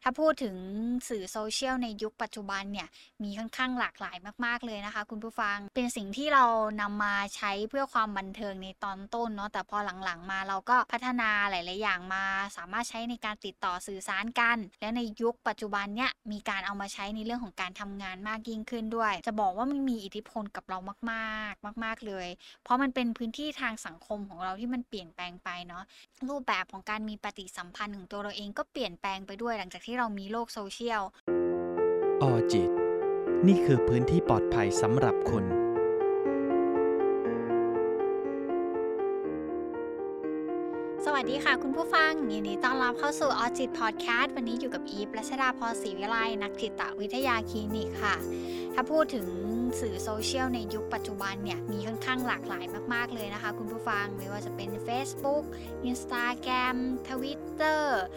ถ้าพูดถึงสื่อโซเชียลในยุคปัจจุบันเนี่ยมีค่อนข้างหลากหลายมากๆเลยนะคะคุณผู้ฟังเป็นสิ่งที่เรานำมาใช้เพื่อความบันเทิงในตอนต้นเนาะแต่พอหลังๆมาเราก็พัฒนาหลายๆอย่างมาสามารถใช้ในการติดต่อสื่อสารกันและในยุคปัจจุบันเนี่ยมีการเอามาใช้ในเรื่องของการทำงานมากยิ่งขึ้นด้วยจะบอกว่ามันมีอิทธิพลกับเรามากๆมากๆเลยเพราะมันเป็นพื้นที่ทางสังคมของเราที่มันเปลี่ยนแปลงไปเนาะ รูปแบบของการมีปฏิสัมพันธ์ของตัวเราเองก็เปลี่ยนแปลงไปด้วยหลังจากที่เรามีโลกโซเชียลออจิตนี่คือพื้นที่ปลอดภัยสำหรับคุณสวัสดีค่ะคุณผู้ฟังยินดีต้อนรับเข้าสู่ออจิตพอดแคสต์วันนี้อยู่กับอีฟรัชดาพรศรีวิไลนักจิตวิทยาคลินิกค่ะถ้าพูดถึงสื่อโซเชียลในยุคปัจจุบันเนี่ยมีค่อนข้างหลากหลายมากๆเลยนะคะคุณผู้ฟังไม่ว่าจะเป็น Facebook Instagram Twitter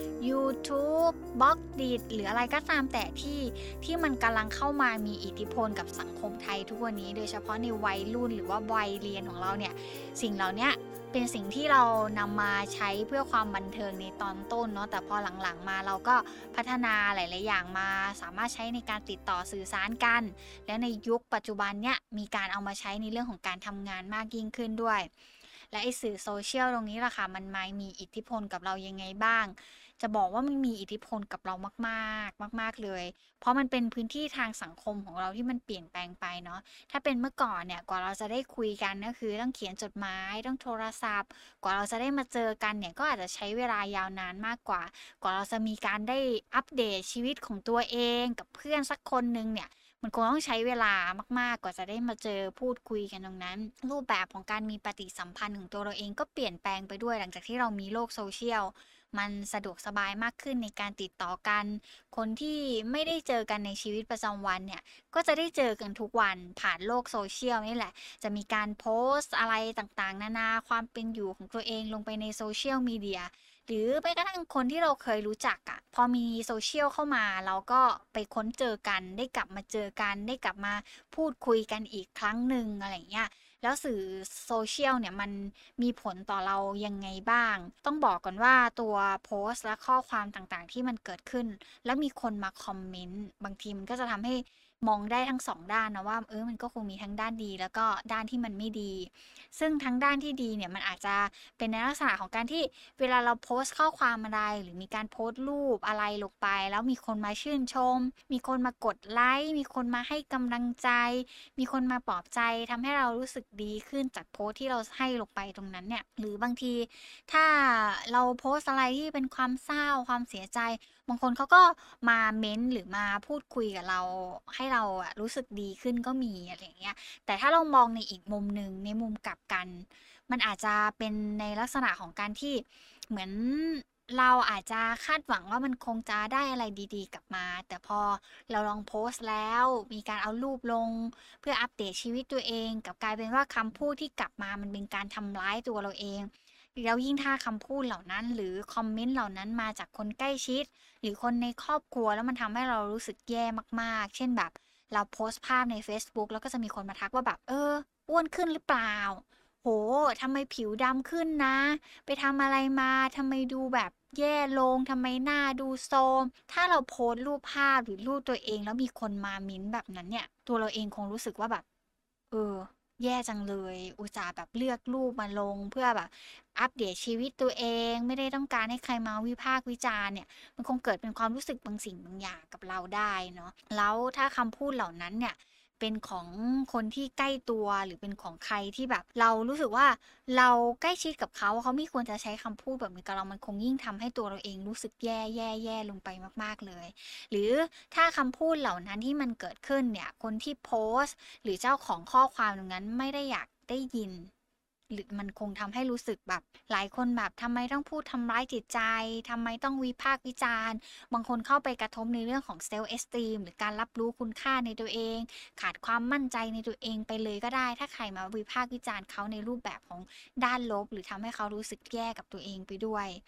YouTube บล็อกดีดหรืออะไรก็ตามแต่ที่มันกำลังเข้ามามีอิทธิพลกับสังคมไทยทุกวันนี้โดยเฉพาะในวัยรุ่นหรือว่าวัยเรียนของเราเนี่ยสิ่งเหล่านี้เป็นสิ่งที่เรานำมาใช้เพื่อความบันเทิงในตอนต้นเนาะแต่พอหลังๆมาเราก็พัฒนาหลายๆอย่างมาสามารถใช้ในการติดต่อสื่อสารกันและในยุคปัจจุบันเนี่ยมีการเอามาใช้ในเรื่องของการทำงานมากยิ่งขึ้นด้วยและไอ้สื่อโซเชียลตรงนี้ล่ะค่ะมันมีอิทธิพลกับเรายังไงบ้างจะบอกว่ามันมีอิทธิพลกับเรามากๆมากๆเลยเพราะมันเป็นพื้นที่ทางสังคมของเราที่มันเปลี่ยนแปลงไปเนาะ ถ้าเป็นเมื่อก่อนเนี่ยกว่าเราจะได้คุยกันก็คือต้องเขียนจดหมายต้องโทรศัพท์กว่าเราจะได้มาเจอกันเนี่ยก็อาจจะใช้เวลายาวนานมากกว่าเราจะมีการได้อัปเดตชีวิตของตัวเองกับเพื่อนสักคนนึงเนี่ยมันคงต้องใช้เวลามากๆกว่าจะได้มาเจอพูดคุยกันตรงนั้นรูปแบบของการมีปฏิสัมพันธ์ของตัวเราเองก็เปลี่ยนแปลงไปด้วยหลังจากที่เรามีโลกโซเชียลมันสะดวกสบายมากขึ้นในการติดต่อกันคนที่ไม่ได้เจอกันในชีวิตประจำวันเนี่ย ก็จะได้เจอกันทุกวันผ่านโลกโซเชียลนี่แหละจะมีการโพสต์อะไรต่างๆนานาความเป็นอยู่ของตัวเองลงไปในโซเชียลมีเดียหรือแม้กระทั่งคนที่เราเคยรู้จักอะพอมีโซเชียลเข้ามาเราก็ไปค้นเจอกันได้กลับมาเจอกันได้กลับมาพูดคุยกันอีกครั้งหนึ่งอะไรอย่างเงี้ยแล้วสื่อโซเชียลเนี่ยมันมีผลต่อเรายังไงบ้างต้องบอกก่อนว่าตัวโพสต์และข้อความต่างๆที่มันเกิดขึ้นแล้วมีคนมาคอมเมนต์บางทีมันก็จะทำให้ มองได้ทั้ง2ด้านนะว่ามันก็คงมีทั้งด้านดีแล้วก็ด้านที่มันไม่ดีซึ่งทั้งด้านที่ดีเนี่ยมันอาจจะเป็นในลักษณะของการที่เวลาเราโพสต์ข้อความอะไรหรือมีการโพสต์รูปอะไรลงไปแล้วมีคนมาชื่นชมมีคนมากดไลค์มีคนมาให้กำลังใจมีคนมาปลอบใจทำให้เรารู้สึกดีขึ้นจากโพสต์ที่เราให้ลงไปตรงนั้นเนี่ยหรือบางทีถ้าเราโพสต์อะไรที่เป็นความเศร้าความเสียใจ บางคนเขาก็มาเม้นต์หรือมาพูดคุยกับเราให้เราอะรู้สึกดีขึ้นก็มีอะไรอย่างเงี้ยแต่ถ้าเรามองในอีกมุมหนึ่งในมุมกลับกันมันอาจจะเป็นในลักษณะของการที่เหมือนเราอาจจะคาดหวังว่ามันคงจะได้อะไรดีๆกลับมาแต่พอเราลองโพสต์แล้วมีการเอารูปลงเพื่ออัปเดตชีวิตตัวเองกลับกลายเป็นว่าคำพูดที่กลับมามันเป็นการทำร้ายตัวเราเองแล้วยิ่งถ้าคำพูดเหล่านั้นหรือคอมเมนต์เหล่านั้นมาจากคนใกล้ชิด หรือคนในครอบครัวแล้วมันทำให้เรารู้สึกแย่มากๆ เช่นแบบเราโพสต์ภาพในเฟซบุ๊กแล้วก็จะมีคนมาทักว่าแบบอ้วนขึ้นหรือเปล่าโหทำไมผิวดำขึ้นนะไปทำอะไรมาทำไมดูแบบแย่ลงทำไมหน้าดูโทรมถ้าเราโพสต์รูปภาพหรือรูปตัวเองแล้วมีคนมาเม้นต์แบบนั้นเนี่ยตัวเราเองคงรู้สึกว่าแบบ เออแย่จังเลยอุตส่าห์แบบเลือกรูปมาลงเพื่อแบบอัปเดตชีวิตตัวเองไม่ได้ต้องการให้ใครมาวิพากษ์วิจารณ์เนี่ยมันคงเกิดเป็นความรู้สึกบางสิ่งบางอย่างกับเราได้เนาะแล้วถ้าคำพูดเหล่านั้นเนี่ยเป็นของคนที่ใกล้ตัวหรือเป็นของใครที่แบบเรารู้สึกว่าเราใกล้ชิดกับเขาไม่ควรจะใช้คำพูดแบบนี้กับเรามันคงยิ่งทำให้ตัวเราเองรู้สึกแย่ลงไปมากๆเลยหรือถ้าคำพูดเหล่านั้นที่มันเกิดขึ้นเนี่ยคนที่โพสต์ หรือเจ้าของข้อความตรงนั้นไม่ได้อยากได้ยินหรือมันคงทำให้รู้สึกแบบหลายคนแบบทำไมต้องพูดทำร้ายจิตใจทำไมต้องวิพากษ์วิจารณ์บางคนเข้าไปกระทบในเรื่องของ self esteem หรือการรับรู้คุณค่าในตัวเองขาดความมั่นใจในตัวเองไปเลยก็ได้ถ้าใครมาวิพากษ์วิจารณ์เขาในรูปแบบของด้านลบหรือทำให้เขารู้สึกแย่กับตัวเองไปด้วย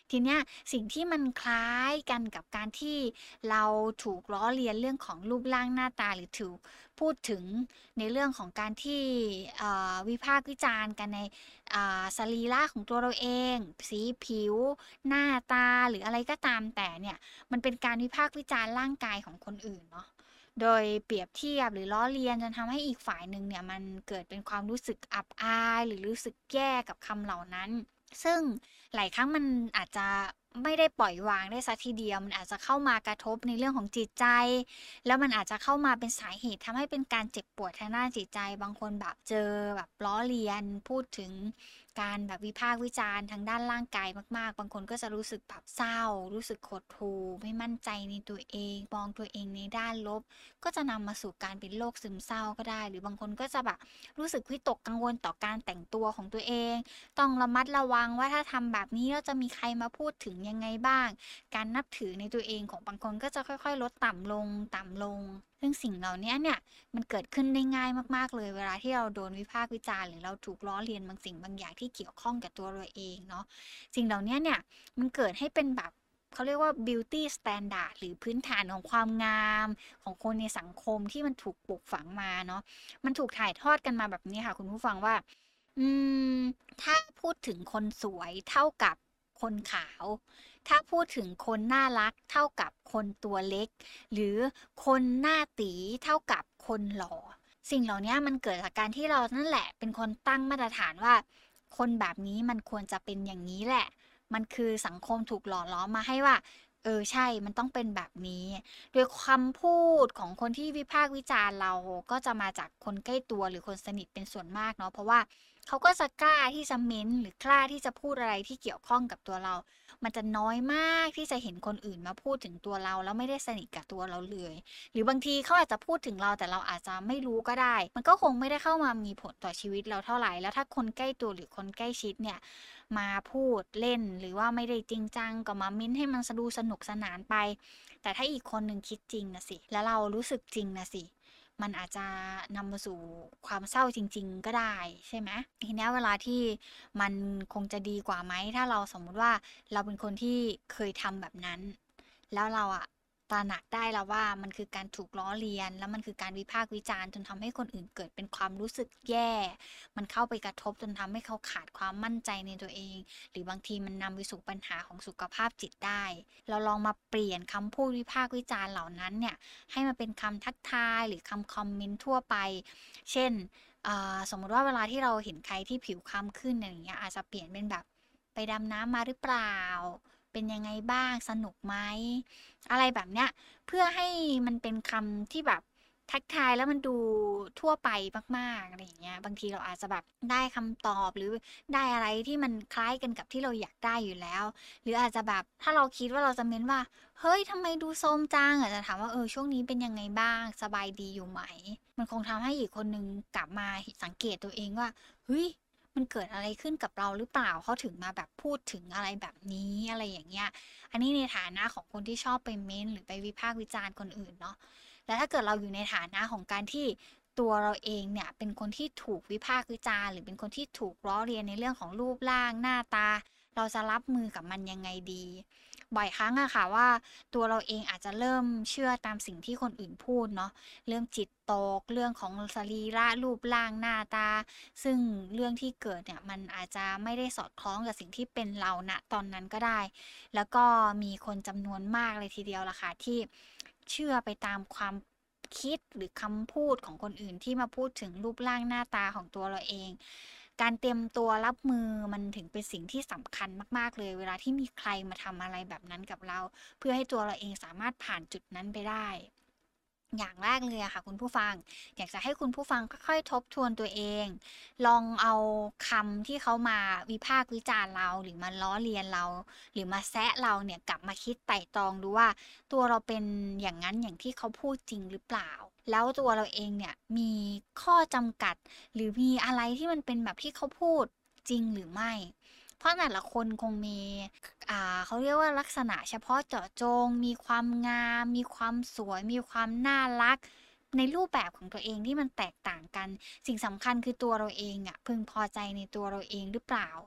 ทีเนี้ยสิ่งที่มันคล้ายกันกับการที่เราถูกล้อเลียนเรื่องของรูปร่างหน้าตาหรือถูกพูดถึงในเรื่องของการที่วิพากษ์วิจารณ์กันในสรีระของตัวเราเองสีผิวหน้าตาหรืออะไรก็ตามแต่เนี่ยมันเป็นการวิพากษ์วิจารณ์ร่างกายของคนอื่นเนาะโดยเปรียบเทียบหรือล้อเลียนจนทำให้อีกฝ่ายหนึ่งเนี่ยมันเกิดเป็นความรู้สึกอับอายหรือรู้สึกแย่กับคำเหล่านั้นซึ่ง หลายครั้งมันอาจจะไม่ได้ปล่อยวางได้สักทีเดียวมันอาจจะเข้ามากระทบในเรื่องของจิตใจแล้วมันอาจจะเข้ามาเป็นสาเหตุทำให้เป็นการเจ็บปวดทางด้านจิตใจบางคนแบบเจอแบบล้อเลียนพูดถึงการแบบวิพากษ์วิจารณ์ทางด้านร่างกายมากๆบางคนก็จะรู้สึกแบบเศร้ารู้สึกหดหู่ไม่มั่นใจในตัวเองมองตัวเองในด้านลบก็จะนำมาสู่การเป็นโรคซึมเศร้าก็ได้หรือบางคนก็จะแบบรู้สึกวิตกกังวลต่อการแต่งตัวของตัวเอง ต้องระมัดระวังว่าถ้าทำแบบนี้แล้วจะมีใครมาพูดถึงยังไงบ้าง การนับถือในตัวเองของบางคนก็จะค่อยๆลดต่ำลงต่ำลง ซึ่งสิ่งเหล่านี้เนี่ยมันเกิดขึ้นได้ง่ายมากๆเลยเวลาที่เราโดนวิพากษ์วิจารณ์หรือเราถูกล้อเลียนบางสิ่งบางอย่างที่เกี่ยวข้องกับตัวเราเองเนาะสิ่งเหล่านี้เนี่ยมันเกิดให้เป็นแบบเขาเรียกว่า beauty standard หรือพื้นฐานของความงามของคนในสังคมที่มันถูกปลูกฝังมาเนาะมันถูกถ่ายทอดกันมาแบบนี้ค่ะคุณผู้ฟังว่า อืมถ้าพูดถึงคนสวยเท่ากับคนขาว ถ้าพูดถึงคนน่ารักเท่ากับคนตัวเล็ก หรือคนหน้าตี๋เท่ากับคนหล่อ สิ่งเหล่านี้มันเกิดจากการที่เรานั่นแหละเป็นคนตั้งมาตรฐานว่า คนแบบนี้มันควรจะเป็นอย่างนี้แหละ มันคือสังคมถูกหล่อล้อมมาให้ว่า ใช่ มันต้องเป็นแบบนี้ โดยคำพูดของคนที่วิพากษ์วิจารณ์เราก็จะมาจากคนใกล้ตัวหรือคนสนิทเป็นส่วนมากเนาะเพราะว่าเขาก็จะกล้าที่จะเม้นหรือกล้าที่จะพูดอะไรที่เกี่ยวข้องกับตัวเรา มันจะน้อยมากที่จะเห็นคนอื่นมาพูดถึงตัวเราแล้วไม่ได้สนิทกับตัวเราเลยหรือบางทีเขาอาจจะพูดถึงเราแต่เราอาจจะไม่รู้ก็ได้มันก็คงไม่ได้เข้ามามีผลต่อชีวิตเราเท่าไหร่แล้วถ้าคนใกล้ตัวหรือคนใกล้ชิดเนี่ยมาพูดเล่นหรือว่าไม่ได้จริงจังก็มาเม้นให้มันสนุกสนานไปแต่ถ้าอีกคนหนึ่งคิดจริงนะสิแล้วเรารู้สึกจริงนะสิมันอาจจะนำมาสู่ความเศร้าจริงๆก็ได้ใช่ไหมทีนี้เวลาที่มันคงจะดีกว่าไหมถ้าเราสมมุติว่าเราเป็นคนที่เคยทำแบบนั้นแล้วเราอะตระหนักได้แล้วว่ามันคือการถูกล้อเลียนแล้วมันคือการวิพากษ์วิจารณ์จนทำให้คนอื่นเกิดเป็นความรู้สึกแย่มันเข้าไปกระทบจนทำให้เขาขาดความมั่นใจในตัวเองหรือบางทีมันนำไปสู่ปัญหาของสุขภาพจิตได้เราลองมาเปลี่ยนคำพูดวิพากษ์วิจารณ์เหล่านั้นเนี่ยให้มันเป็นคำทักทายหรือคำคอมเมนต์ทั่วไปเช่นสมมุติว่าเวลาที่เราเห็นใครที่ผิวคล้ำขึ้นอะไรอย่างเงี้ยอาจจะเปลี่ยนเป็นแบบไปดำน้ำมาหรือเปล่าเป็นยังไงบ้างสนุกไหมอะไรแบบเนี้ยเพื่อให้มันเป็นคำที่แบบทักทายแล้วมันดูทั่วไปมากๆอะไรอย่างเงี้ยบางทีเราอาจจะแบบได้คำตอบหรือได้อะไรที่มันคล้ายกันกับที่เราอยากได้อยู่แล้วหรืออาจจะแบบถ้าเราคิดว่าเราจะเม้นว่าเฮ้ยทำไมดูโทรมจังอาจจะถามว่าช่วงนี้เป็นยังไงบ้างสบายดีอยู่ไหมมันคงทำให้อีกคนนึงกลับมาสังเกตตัวเองว่าเฮ้ยมันเกิดอะไรขึ้นกับเราหรือเปล่าเขาถึงมาแบบพูดถึงอะไรแบบนี้อะไรอย่างเงี้ยอันนี้ในฐานะของคนที่ชอบไปเม้นหรือไปวิพากษ์วิจารณ์คนอื่นเนาะแล้วถ้าเกิดเราอยู่ในฐานะของการที่ตัวเราเองเนี่ยเป็นคนที่ถูกวิพากษ์วิจารณ์หรือเป็นคนที่ถูกล้อเลียนในเรื่องของรูปร่างหน้าตาเราจะรับมือกับมันยังไงดีบ่อยครั้งอะค่ะว่าตัวเราเองอาจจะเริ่มเชื่อตามสิ่งที่คนอื่นพูดเนาะเริ่มจิตตกเรื่องของสรีระรูปร่างหน้าตาซึ่งเรื่องที่เกิดเนี่ยมันอาจจะไม่ได้สอดคล้องกับสิ่งที่เป็นเราณตอนนั้นก็ได้แล้วก็มีคนจำนวนมากเลยทีเดียวล่ะค่ะที่เชื่อไปตามความคิดหรือคำพูดของคนอื่นที่มาพูดถึงรูปร่างหน้าตาของตัวเราเองการเตรียมตัวรับมือมันถึงเป็นสิ่งที่สำคัญมากๆเลยเวลาที่มีใครมาทำอะไรแบบนั้นกับเราเพื่อให้ตัวเราเองสามารถผ่านจุดนั้นไปได้อย่างแรกเลยอะค่ะคุณผู้ฟังอยากจะให้คุณผู้ฟังค่อยๆทบทวนตัวเองลองเอาคำที่เขามาวิพากษ์วิจารณ์เราหรือมาล้อเลียนเราหรือมาแซะเราเนี่ยกลับมาคิดไตร่ตรองดูว่าตัวเราเป็นอย่างนั้นอย่างที่เขาพูดจริงหรือเปล่าแล้วตัวเราเองเนี่ยมีข้อจำกัดหรือมีอะไรที่มันเป็นแบบที่เขาพูดจริงหรือไม่เพราะแต่ละคนคงมีเขาเรียกว่าลักษณะเฉพาะเจาะจงมีความงามมีความสวยมีความน่ารักในรูปแบบของตัวเองที่มันแตกต่างกันสิ่งสำคัญคือตัวเราเองอะพึงพอใจในตัวเราเองหรือเปล่า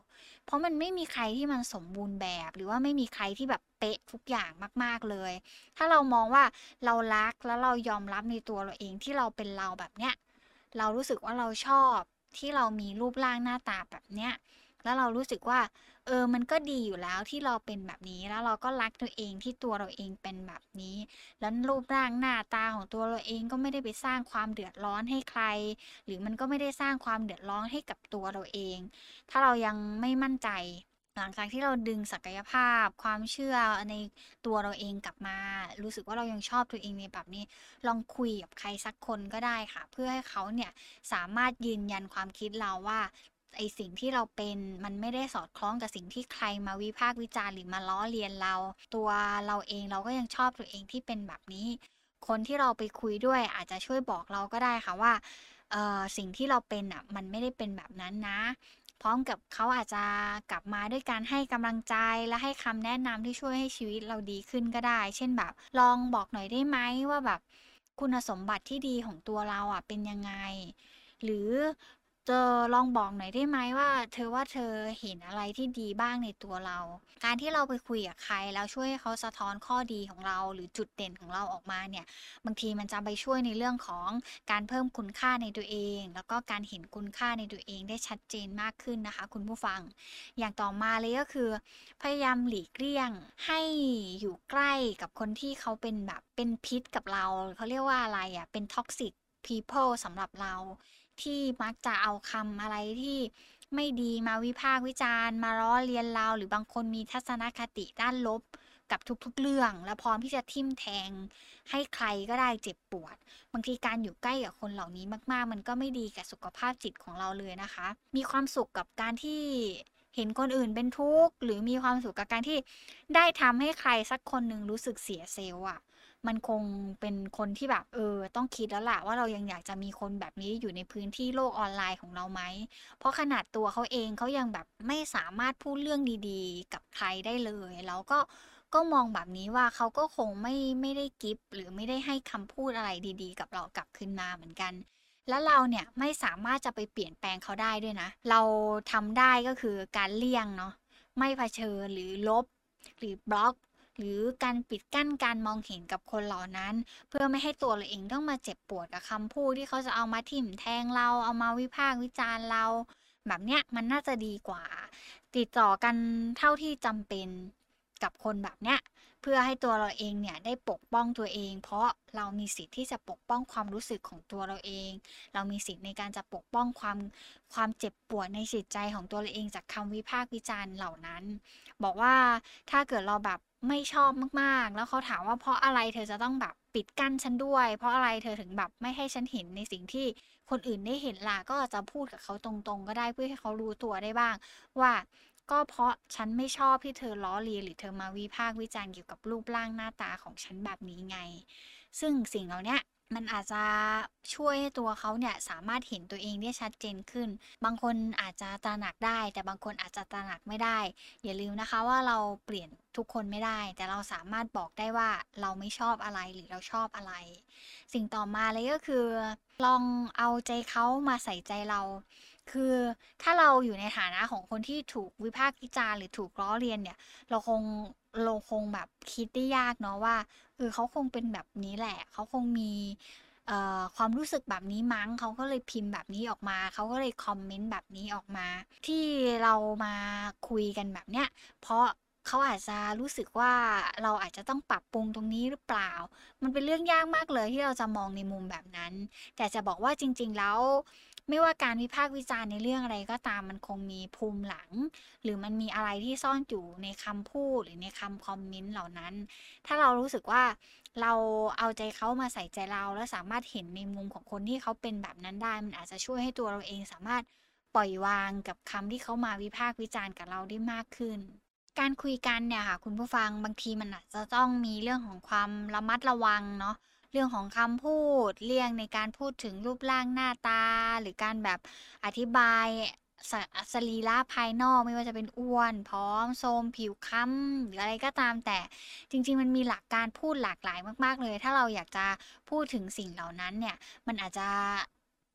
เพราะมันไม่มีใครที่มันสมบูรณ์แบบหรือว่าไม่มีใครที่แบบเป๊ะทุกอย่างมากๆเลยถ้าเรามองว่าเรารักแล้วเรายอมรับในตัวเราเองที่เราเป็นเราแบบเนี้ยเรารู้สึกว่าเราชอบที่เรามีรูปร่างหน้าตาแบบเนี้ยแล้วเรารู้สึกว่ามันก็ดีอยู่แล้วที่เราเป็นแบบนี้แล้วเราก็รักตัวเองที่ตัวเราเองเป็นแบบนี้แล้วรูปร่างหน้าตาของตัวเราเองก็ไม่ได้ไปสร้างความเดือดร้อนให้ใครหรือมันก็ไม่ได้สร้างความเดือดร้อนให้กับตัวเราเองถ้าเรายังไม่มั่นใจหลังจากที่เราดึงศักยภาพความเชื่อในตัวเราเองกลับมารู้สึกว่าเรายังชอบตัวเองในแบบนี้ลองคุยกับใครสักคนก็ได้ค่ะเพื่อให้เขาเนี่ยสามารถยืนยันความคิดเราว่าไอสิ่งที่เราเป็นมันไม่ได้สอดคล้องกับสิ่งที่ใครมาวิพากษ์วิจารณ์หรือมาล้อเลียนเราตัวเราเองเราก็ยังชอบตัวเองที่เป็นแบบนี้คนที่เราไปคุยด้วยอาจจะช่วยบอกเราก็ได้ค่ะว่าสิ่งที่เราเป็นอ่ะมันไม่ได้เป็นแบบนั้นนะพร้อมกับเขาอาจจะกลับมาด้วยการให้กำลังใจและให้คำแนะนำที่ช่วยให้ชีวิตเราดีขึ้นก็ได้เช่นแบบลองบอกหน่อยได้ไหมว่าแบบคุณสมบัติที่ดีของตัวเราอ่ะเป็นยังไงหรือลองบอกหน่อยได้ไหมว่าเธอเห็นอะไรที่ดีบ้างในตัวเราการที่เราไปคุยกับใครแล้วช่วยให้เขาสะท้อนข้อดีของเราหรือจุดเด่นของเราออกมาเนี่ยบางทีมันจะไปช่วยในเรื่องของการเพิ่มคุณค่าในตัวเองแล้วก็การเห็นคุณค่าในตัวเองได้ชัดเจนมากขึ้นนะคะคุณผู้ฟังอย่างต่อมาเลยก็คือพยายามหลีกเลี่ยงให้อยู่ใกล้กับคนที่เขาเป็นแบบเป็นพิษกับเราเขาเรียกว่าอะไรอ่ะเป็น toxic people สำหรับเราที่มักจะเอาคำอะไรที่ไม่ดีมาวิพากษ์วิจารณ์มาล้อเลียนเราหรือบางคนมีทัศนคติด้านลบกับทุกๆเรื่องและพร้อมที่จะทิ่มแทงให้ใครก็ได้เจ็บปวดบางทีการอยู่ใกล้กับคนเหล่านี้มากๆมันก็ไม่ดีกับสุขภาพจิตของเราเลยนะคะมีความสุขกับการที่เห็นคนอื่นเป็นทุกข์หรือมีความสุขกับการที่ได้ทำให้ใครสักคนหนึ่งรู้สึกเสียเซลล์อะ มันคงเป็นคนที่แบบต้องคิดแล้วล่ะว่าเรายังอยากจะมีคนแบบนี้อยู่ในพื้นที่โลกออนไลน์ของเราไหมเพราะขนาดตัวเขาเองเขายังแบบไม่สามารถพูดเรื่องดีๆกับใครได้เลยแล้วก็มองแบบนี้ว่าเขาก็คงไม่ได้กิฟต์หรือไม่ได้ให้คำพูดอะไรดีๆกับเรากลับคืนมาเหมือนกันแล้วเราเนี่ยไม่สามารถจะไปเปลี่ยนแปลงเขาได้ด้วยนะเราทำได้ก็คือการเลี่ยงเนาะไม่เผชิญหรือลบหรือบล็อก หรือการปิดกั้นการมองเห็นกับคนเหล่านั้นเพื่อไม่ให้ตัวเราเองต้องมาเจ็บปวดกับคำพูดที่เขาจะเอามาทิ่มแทงเราเอามาวิพากษ์วิจารณ์เราแบบเนี้ยมันน่าจะดีกว่าติดต่อกันเท่าที่จำเป็นกับคนแบบเนี้ยเพื่อให้ตัวเราเองเนี่ยได้ปกป้องตัวเองเพราะเรามีสิทธิ์ที่จะปกป้องความรู้สึกของตัวเราเองเรามีสิทธิ์ในการจะปกป้องความเจ็บปวดในจิตใจของตัวเราเองจากคำวิพากษ์วิจารณ์เหล่านั้น บอกว่าถ้าเกิดเราแบบไม่ชอบมากๆแล้วเขาถามว่าเพราะอะไรเธอจะต้องแบบปิดกั้นฉันด้วยเพราะอะไรเธอถึงแบบไม่ให้ฉันเห็นในสิ่งที่คนอื่นได้เห็นล่ะก็อาจจะพูดกับเขาตรงๆก็ได้เพื่อให้เขารู้ตัวได้บ้างว่าก็เพราะฉันไม่ชอบที่เธอล้อเลียนหรือเธอมาวิพากษ์วิจารณ์เกี่ยวกับรูปร่างหน้าตาของฉันแบบนี้ไงซึ่งสิ่งเหล่าเนี้ยมันอาจจะช่วยให้ตัวเขาเนี่ยสามารถเห็นตัวเองได้ชัดเจนขึ้นบางคนอาจจะตระหนักได้แต่บางคนอาจจะตระหนักไม่ได้ อย่าลืมนะคะว่าเราเปลี่ยนทุกคนไม่ได้แต่เราสามารถบอกได้ว่าเราไม่ชอบอะไรหรือเราชอบอะไรสิ่งต่อมาเลยก็คือลองเอาใจเขามาใส่ใจเราคือถ้าเราอยู่ในฐานะของคนที่ถูกวิพากษ์วิจารณ์หรือถูกล้อเลียนเนี่ยเราคงเราคงแบบคิดได้ยากเนาะว่าเขาคงเป็นแบบนี้แหละเขาคงมีความรู้สึกแบบนี้มั้งเขาก็เลยพิมพ์แบบนี้ออกมาเขาก็เลยคอมเมนต์แบบนี้ออกมาที่เรามาคุยกันแบบเนี้ยเพราะเขาอาจจะรู้สึกว่าเราอาจจะต้องปรับปรุงตรงนี้หรือเปล่ามันเป็นเรื่องยากมากเลยที่เราจะมองในมุมแบบนั้นแต่จะบอกว่าจริงๆแล้วไม่ว่าการวิพากษ์วิจารณ์ในเรื่องอะไรก็ตามมันคงมีภูมิหลังหรือมันมีอะไรที่ซ่อนอยู่ในคำพูดหรือในคำคอมเมนต์เหล่านั้น ถ้าเรารู้สึกว่าเราเอาใจเขามาใส่ใจเราแล้วสามารถเห็นในมุมของคนที่เขาเป็นแบบนั้นได้มันอาจจะช่วยให้ตัวเราเองสามารถปล่อยวางกับคำที่เขามาวิพากษ์วิจารณ์กับเราได้มากขึ้นการคุยกันเนี่ยค่ะคุณผู้ฟังบางทีมันอาจจะต้องมีเรื่องของความระมัดระวังเนาะเรื่องของคำพูดเลี่ยงในการพูดถึงรูปร่างหน้าตาหรือการแบบอธิบายสสรีระภายนอกไม่ว่าจะเป็นอ้วนผอมโทรมผิวค้ำหรืออะไรก็ตามแต่ จริงๆมันมีหลักการพูดหลากหลายมากๆเลย ถ้าเราอยากจะพูดถึงสิ่งเหล่านั้นเนี่ยมันอาจจะ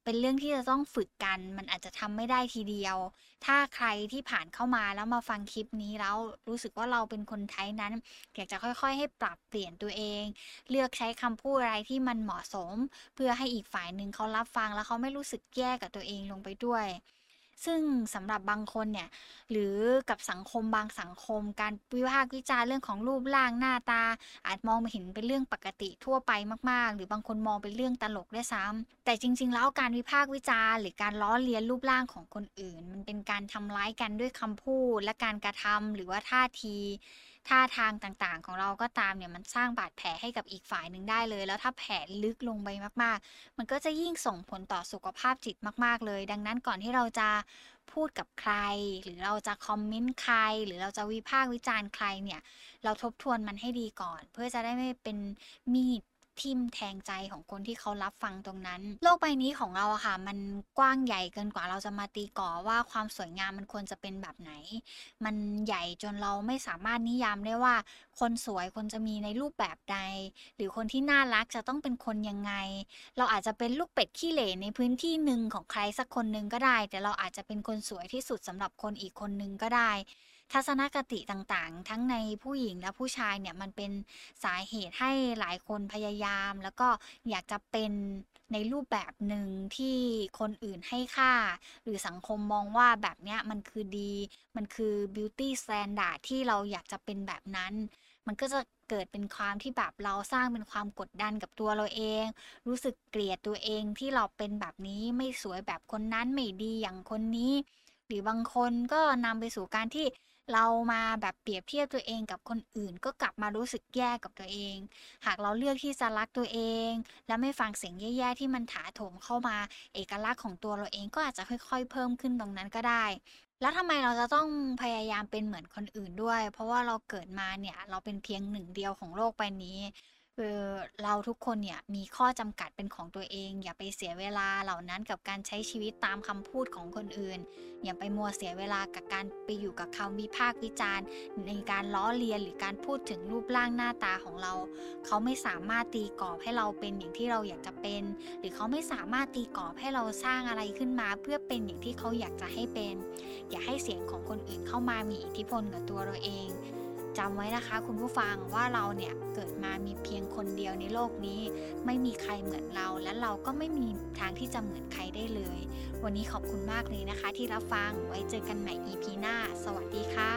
เป็นเรื่องที่จะต้องฝึกกันมันอาจจะทำไม่ได้ทีเดียวถ้าใครที่ผ่านเข้ามาแล้วมาฟังคลิปนี้แล้วรู้สึกว่าเราเป็นคนไทยนั้นอยากจะค่อยๆให้ปรับเปลี่ยนตัวเองเลือกใช้คำพูดอะไรที่มันเหมาะสมเพื่อให้อีกฝ่ายหนึ่งเขารับฟังแล้วเขาไม่รู้สึกแย่กับตัวเองลงไปด้วยซึ่งสำหรับบางคนเนี่ยหรือกับสังคมบางสังคมการวิพากษ์วิจารณ์เรื่องของรูปร่างหน้าตาอาจมองเห็นเป็นเรื่องปกติทั่วไปมากๆหรือบางคนมองเป็นเรื่องตลกด้วยซ้ำแต่จริงๆแล้วการวิพากษ์วิจารณ์หรือการล้อเลียนรูปร่างของคนอื่นมันเป็นการทำร้ายกันด้วยคำพูดและการกระทำหรือว่าท่าทีท่าทางต่างๆของเราก็ตามเนี่ยมันสร้างบาดแผลให้กับอีกฝ่ายหนึ่งได้เลยแล้วถ้าแผลลึกลงไปมากๆมันก็จะยิ่งส่งผลต่อสุขภาพจิตมากๆเลยดังนั้นก่อนที่เราจะพูดกับใครหรือเราจะคอมเมนต์ใครหรือเราจะวิพากษ์วิจารณ์ใครเนี่ยเราทบทวนมันให้ดีก่อนเพื่อจะได้ไม่เป็นมีดทิ่มแทงใจของคนที่เขารับฟังตรงนั้นโลกใบนี้ของเราอะค่ะมันกว้างใหญ่เกินกว่าเราจะมาตีกรอบว่าความสวยงามมันควรจะเป็นแบบไหนมันใหญ่จนเราไม่สามารถนิยามได้ว่าคนสวยควรจะมีในรูปแบบใดหรือคนที่น่ารักจะต้องเป็นคนยังไงเราอาจจะเป็นลูกเป็ดขี้เหร่ในพื้นที่หนึ่งของใครสักคนหนึ่งก็ได้แต่เราอาจจะเป็นคนสวยที่สุดสำหรับคนอีกคนหนึ่งก็ได้ทัศนคติต่างๆทั้งในผู้หญิงและผู้ชายเนี่ยมันเป็นสาเหตุให้หลายคนพยายามแล้วก็อยากจะเป็นในรูปแบบหนึ่งที่คนอื่นให้ค่าหรือสังคมมองว่าแบบเนี้ยมันคือดีมันคือ beauty standard ที่เราอยากจะเป็นแบบนั้นมันก็จะเกิดเป็นความที่แบบเราสร้างเป็นความกดดันกับตัวเราเองรู้สึกเกลียดตัวเองที่เราเป็นแบบนี้ไม่สวยแบบคนนั้นไม่ดีอย่างคนนี้หรือบางคนก็นำไปสู่การที่เรามาแบบเปรียบเทียบตัวเองกับคนอื่นก็กลับมารู้สึกแย่กับตัวเองหากเราเลือกที่จะรักตัวเองและไม่ฟังเสียงแย่ๆที่มันถาโถมเข้ามาเอกลักษณ์ของตัวเราเองก็อาจจะค่อยๆเพิ่มขึ้นตรงนั้นก็ได้แล้วทำไมเราจะต้องพยายามเป็นเหมือนคนอื่นด้วยเพราะว่าเราเกิดมาเนี่ยเราเป็นเพียงหนึ่งเดียวของโลกใบนี้เราทุกคนเนี่ยมีข้อจำกัดเป็นของตัวเองอย่าไปเสียเวลาเหล่านั้นกับการใช้ชีวิตตามคำพูดของคนอื่นอย่าไปมัวเสียเวลากับการไปอยู่กับคำวิพากษ์วิจารณ์ในการล้อเลียนหรือการพูดถึงรูปร่างหน้าตาของเราเขาไม่สามารถตีกรอบให้เราเป็นอย่างที่เราอยากจะเป็นหรือเขาไม่สามารถตีกรอบให้เราสร้างอะไรขึ้นมาเพื่อเป็นอย่างที่เขาอยากจะให้เป็นอย่าให้เสียงของคนอื่นเข้ามามีอิทธิพลกับตัวเราเองจำไว้นะคะคุณผู้ฟังว่าเราเนี่ยเกิดมามีเพียงคนเดียวในโลกนี้ไม่มีใครเหมือนเราและเราก็ไม่มีทางที่จะเหมือนใครได้เลยวันนี้ขอบคุณมากเลยนะคะที่รับฟังไว้เจอกันใหม่ EP หน้าสวัสดีค่ะ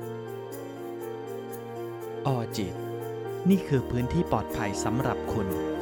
ออจิตนี่คือพื้นที่ปลอดภัยสำหรับคุณ